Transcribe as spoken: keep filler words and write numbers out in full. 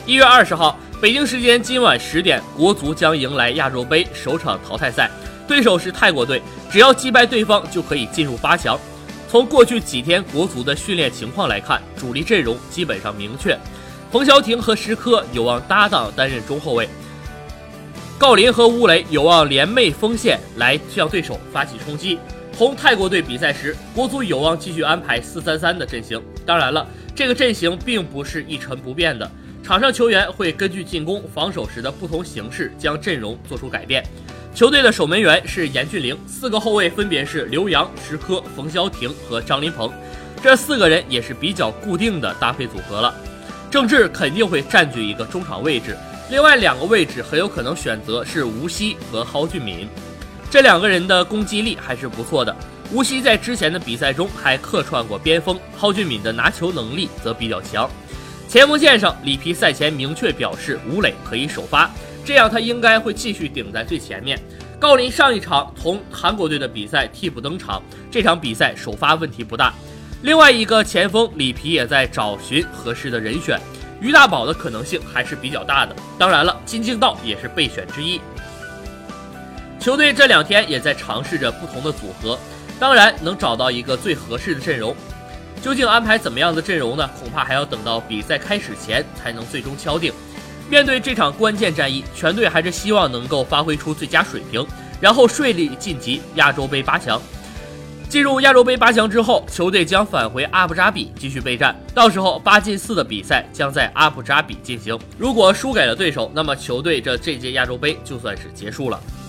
一月二十号，北京时间今晚十点，国足将迎来亚洲杯首场淘汰赛，对手是泰国队，只要击败对方就可以进入八强。从过去几天国足的训练情况来看，主力阵容基本上明确，冯潇霆和石科有望搭档担任中后卫，郜林和吴磊有望联袂锋线来向对手发起冲击。同泰国队比赛时，国足有望继续安排四三三的阵型。当然了，这个阵型并不是一成不变的，场上球员会根据进攻、防守时的不同形式将阵容做出改变。球队的守门员是严俊凌，四个后卫分别是刘洋、石科、冯潇霆和张琳芃，这四个人也是比较固定的搭配组合了。郑智肯定会占据一个中场位置，另外两个位置很有可能选择是吴曦和蒿俊闵，这两个人的攻击力还是不错的。吴曦在之前的比赛中还客串过边锋，蒿俊闵的拿球能力则比较强。前锋线上，里皮赛前明确表示吴磊可以首发，这样他应该会继续顶在最前面。郜林上一场同韩国队的比赛替补登场，这场比赛首发问题不大。另外一个前锋里皮也在找寻合适的人选，于大宝的可能性还是比较大的，当然了，金敬道也是备选之一。球队这两天也在尝试着不同的组合，当然能找到一个最合适的阵容。究竟安排怎么样的阵容呢？恐怕还要等到比赛开始前才能最终敲定。面对这场关键战役，全队还是希望能够发挥出最佳水平，然后顺利晋级亚洲杯八强。进入亚洲杯八强之后，球队将返回阿布扎比继续备战，到时候八进四的比赛将在阿布扎比进行。如果输给了对手，那么球队这这届亚洲杯就算是结束了。